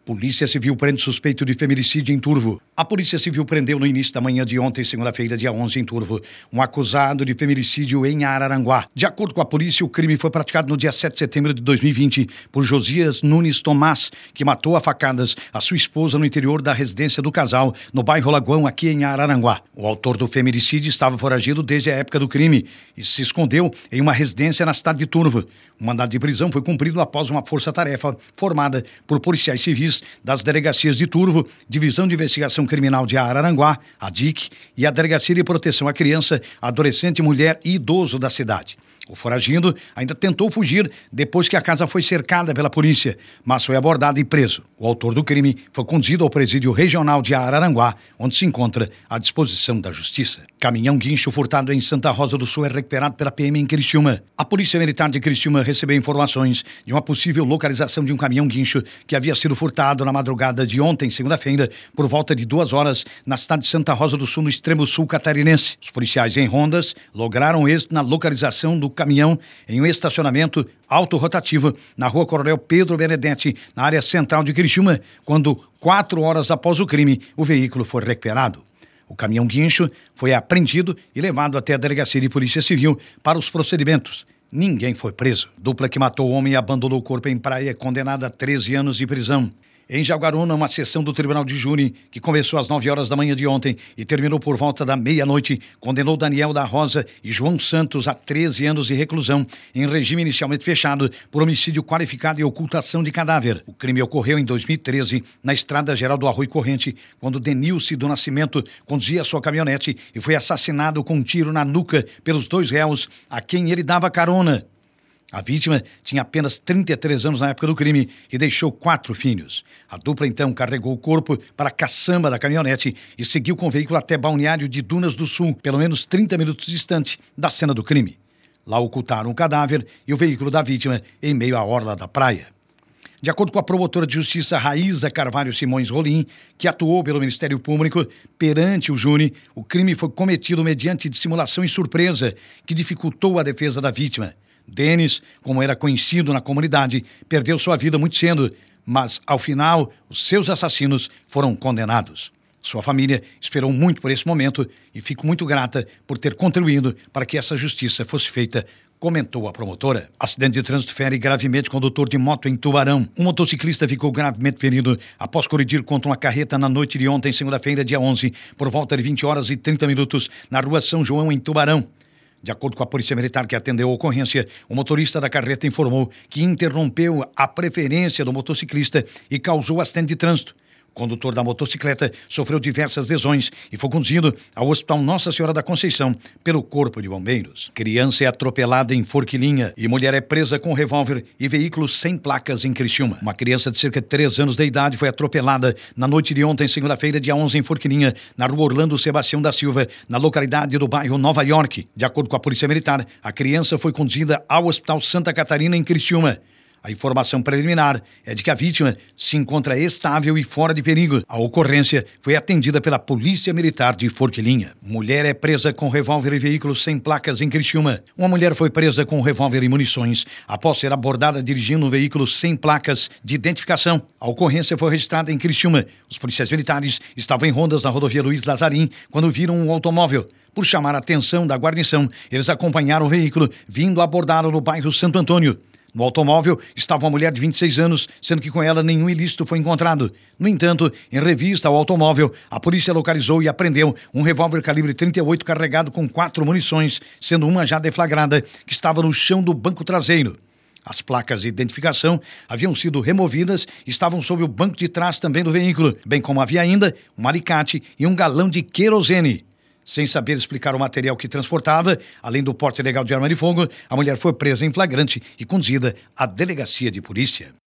Polícia Civil prende suspeito de feminicídio em Turvo. A Polícia Civil prendeu no início da manhã de ontem, segunda-feira, dia 11, em Turvo, um acusado de feminicídio em Araranguá. De acordo com a polícia, o crime foi praticado no dia 7 de setembro de 2020 por Josias Nunes Tomás, que matou a facadas a sua esposa no interior da residência do casal, no bairro Lagoão, aqui em Araranguá. O autor do feminicídio estava foragido desde a época do crime e se escondeu em uma residência na cidade de Turvo. O mandado de prisão foi cumprido após uma força-tarefa formada por policiais civis das delegacias de Turvo, Divisão de Investigação Criminal de Araranguá, a DIC, e a Delegacia de Proteção à Criança, Adolescente, Mulher e Idoso da cidade. O foragido ainda tentou fugir depois que a casa foi cercada pela polícia, mas foi abordado e preso. O autor do crime foi conduzido ao presídio regional de Araranguá, onde se encontra à disposição da justiça. Caminhão guincho furtado em Santa Rosa do Sul é recuperado pela PM em Criciúma. A Polícia Militar de Criciúma recebeu informações de uma possível localização de um caminhão guincho que havia sido furtado na madrugada de ontem, segunda-feira, por volta de 2 horas, na cidade de Santa Rosa do Sul, no extremo sul catarinense. Os policiais em rondas lograram êxito na localização do caminhão em um estacionamento autorrotativo na rua Coronel Pedro Benedetti, na área central de Criciúma, quando 4 horas após o crime, o veículo foi recuperado. O caminhão guincho foi apreendido e levado até a Delegacia de Polícia Civil para os procedimentos. Ninguém foi preso. Dupla que matou o homem e abandonou o corpo em praia é condenada a 13 anos de prisão. Em Jaguaruna, uma sessão do Tribunal de Júri, que começou às 9 horas da manhã de ontem e terminou por volta da meia-noite, condenou Daniel da Rosa e João Santos a 13 anos de reclusão, em regime inicialmente fechado, por homicídio qualificado e ocultação de cadáver. O crime ocorreu em 2013, na Estrada Geral do Arroio Corrente, quando Denilce do Nascimento conduzia sua caminhonete e foi assassinado com um tiro na nuca pelos 2 réus a quem ele dava carona. A vítima tinha apenas 33 anos na época do crime e deixou 4 filhos. A dupla, então, carregou o corpo para a caçamba da caminhonete e seguiu com o veículo até Balneário de Dunas do Sul, pelo menos 30 minutos distante da cena do crime. Lá ocultaram o cadáver e o veículo da vítima em meio à orla da praia. De acordo com a promotora de justiça Raíza Carvalho Simões Rolim, que atuou pelo Ministério Público perante o júri, o crime foi cometido mediante dissimulação e surpresa, que dificultou a defesa da vítima. Denis, como era conhecido na comunidade, perdeu sua vida muito cedo, mas, ao final, os seus assassinos foram condenados. Sua família esperou muito por esse momento e fico muito grata por ter contribuído para que essa justiça fosse feita, comentou a promotora. Acidente de trânsito fere gravemente condutor de moto em Tubarão. Um motociclista ficou gravemente ferido após colidir contra uma carreta na noite de ontem, segunda-feira, dia 11, por volta de 20 horas e 30 minutos, na rua São João, em Tubarão. De acordo com a Polícia Militar que atendeu a ocorrência, o motorista da carreta informou que interrompeu a preferência do motociclista e causou acidente de trânsito. O condutor da motocicleta sofreu diversas lesões e foi conduzido ao Hospital Nossa Senhora da Conceição pelo Corpo de Bombeiros. Criança é atropelada em Forquilinha e mulher é presa com revólver e veículo sem placas em Criciúma. Uma criança de cerca de 3 anos de idade foi atropelada na noite de ontem, segunda-feira, dia 11, em Forquilinha, na rua Orlando Sebastião da Silva, na localidade do bairro Nova York. De acordo com a Polícia Militar, a criança foi conduzida ao Hospital Santa Catarina, em Criciúma. A informação preliminar é de que a vítima se encontra estável e fora de perigo. A ocorrência foi atendida pela Polícia Militar de Forquilinha. Mulher é presa com revólver e veículo sem placas em Criciúma. Uma mulher foi presa com revólver e munições após ser abordada dirigindo um veículo sem placas de identificação. A ocorrência foi registrada em Criciúma. Os policiais militares estavam em rondas na rodovia Luiz Lazarim quando viram um automóvel. Por chamar a atenção da guarnição, eles acompanharam o veículo vindo abordá-lo no bairro Santo Antônio. No automóvel estava uma mulher de 26 anos, sendo que com ela nenhum ilícito foi encontrado. No entanto, em revista ao automóvel, a polícia localizou e apreendeu um revólver calibre 38 carregado com 4 munições, sendo uma já deflagrada, que estava no chão do banco traseiro. As placas de identificação haviam sido removidas e estavam sob o banco de trás também do veículo, bem como havia ainda um alicate e um galão de querosene. Sem saber explicar o material que transportava, além do porte ilegal de arma de fogo, a mulher foi presa em flagrante e conduzida à delegacia de polícia.